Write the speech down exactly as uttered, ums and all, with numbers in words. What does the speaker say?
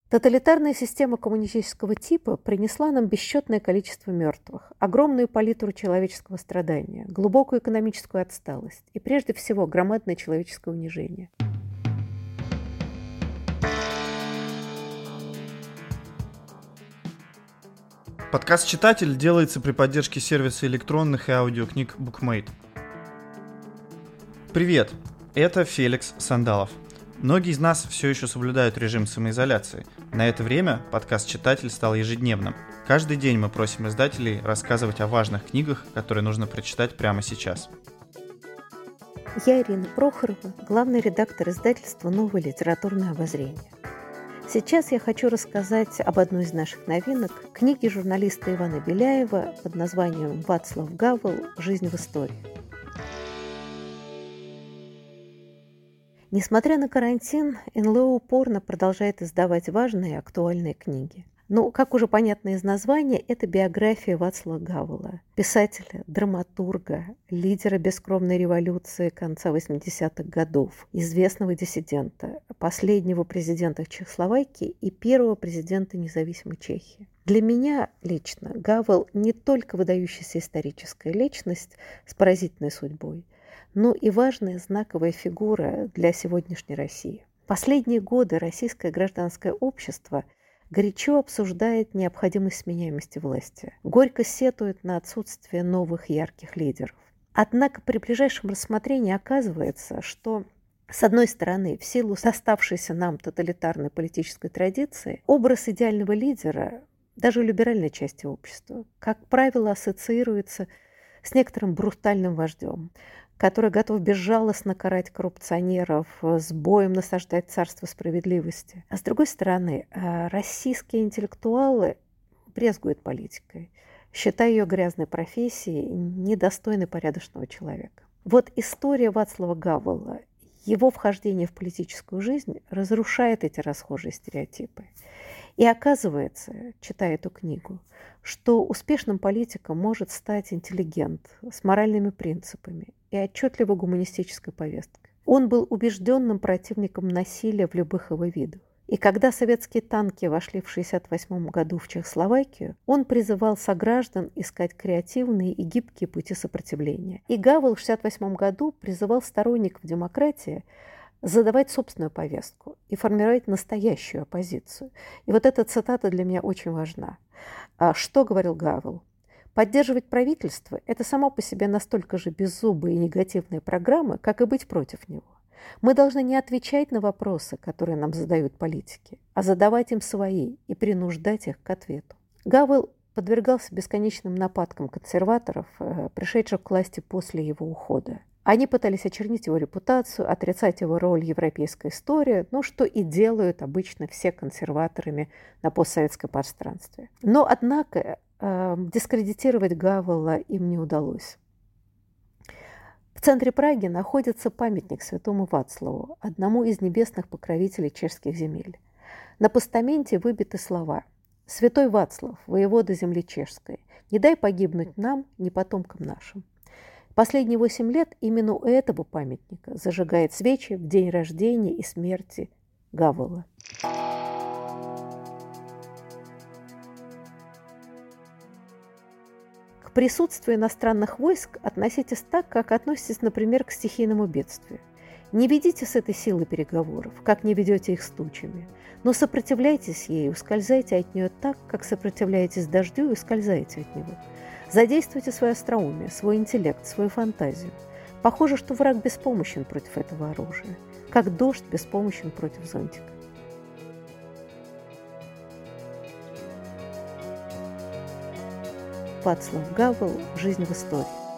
Тоталитарная система коммунистического типа принесла нам бесчетное количество мертвых, огромную палитру человеческого страдания, глубокую экономическую отсталость и, прежде всего, громадное человеческое унижение. Подкаст «Читатель» делается при поддержке сервиса электронных и аудиокниг BookMate. Привет, это Феликс Сандалов. Многие из нас все еще соблюдают режим самоизоляции. На это время подкаст «Читатель» стал ежедневным. Каждый день мы просим издателей рассказывать о важных книгах, которые нужно прочитать прямо сейчас. Я Ирина Прохорова, главный редактор издательства «Новое литературное обозрение». Сейчас я хочу рассказать об одной из наших новинок – книге журналиста Ивана Беляева под названием «Вацлав Гавел. Жизнь в истории». Несмотря на карантин, эн эл о упорно продолжает издавать важные и актуальные книги. Ну, как уже понятно из названия, это биография Вацлава Гавела, писателя, драматурга, лидера бескровной революции конца восьмидесятых годов, известного диссидента, последнего президента Чехословакии и первого президента независимой Чехии. Для меня лично Гавел не только выдающаяся историческая личность с поразительной судьбой, но и важная знаковая фигура для сегодняшней России. Последние годы российское гражданское общество горячо обсуждает необходимость сменяемости власти, горько сетует на отсутствие новых ярких лидеров. Однако при ближайшем рассмотрении оказывается, что, с одной стороны, в силу оставшейся нам тоталитарной политической традиции, образ идеального лидера, даже в либеральной части общества, как правило, ассоциируется с некоторым брутальным вождем, который готов безжалостно карать коррупционеров, с боем насаждать царство справедливости. А с другой стороны, российские интеллектуалы брезгуют политикой, считая ее грязной профессией, недостойной порядочного человека. Вот история Вацлава Гавела, его вхождение в политическую жизнь разрушает эти расхожие стереотипы. И оказывается, читая эту книгу, что успешным политиком может стать интеллигент с моральными принципами и отчетливо гуманистической повесткой. Он был убежденным противником насилия в любых его видах. И когда советские танки вошли в шестьдесят восьмом году в Чехословакию, он призывал сограждан искать креативные и гибкие пути сопротивления. И Гавел в шестьдесят восьмом году призывал сторонников демократии задавать собственную повестку и формировать настоящую оппозицию. И вот эта цитата для меня очень важна. Что говорил Гавел? Поддерживать правительство – это само по себе настолько же беззубая и негативная программа, как и быть против него. Мы должны не отвечать на вопросы, которые нам задают политики, а задавать им свои и принуждать их к ответу. Гавел подвергался бесконечным нападкам консерваторов, пришедших к власти после его ухода. Они пытались очернить его репутацию, отрицать его роль в европейской истории, ну, что и делают обычно все консерваторами на постсоветском пространстве. Но, однако, э, дискредитировать Гавела им не удалось. В центре Праги находится памятник святому Вацлаву, одному из небесных покровителей чешских земель. На постаменте выбиты слова: «Святой Вацлав, воевода земли чешской, не дай погибнуть нам, ни потомкам нашим». Последние восемь лет именно у этого памятника зажигает свечи в день рождения и смерти Гавела. К присутствию иностранных войск относитесь так, как относитесь, например, к стихийному бедствию. Не ведите с этой силой переговоров, как не ведете их с тучами, но сопротивляйтесь ей, ускользайте от нее так, как сопротивляетесь дождю и ускользаете от него. Задействуйте свое остроумие, свой интеллект, свою фантазию. Похоже, что враг беспомощен против этого оружия, как дождь беспомощен против зонтика. Вацлав Гавел. Жизнь в истории.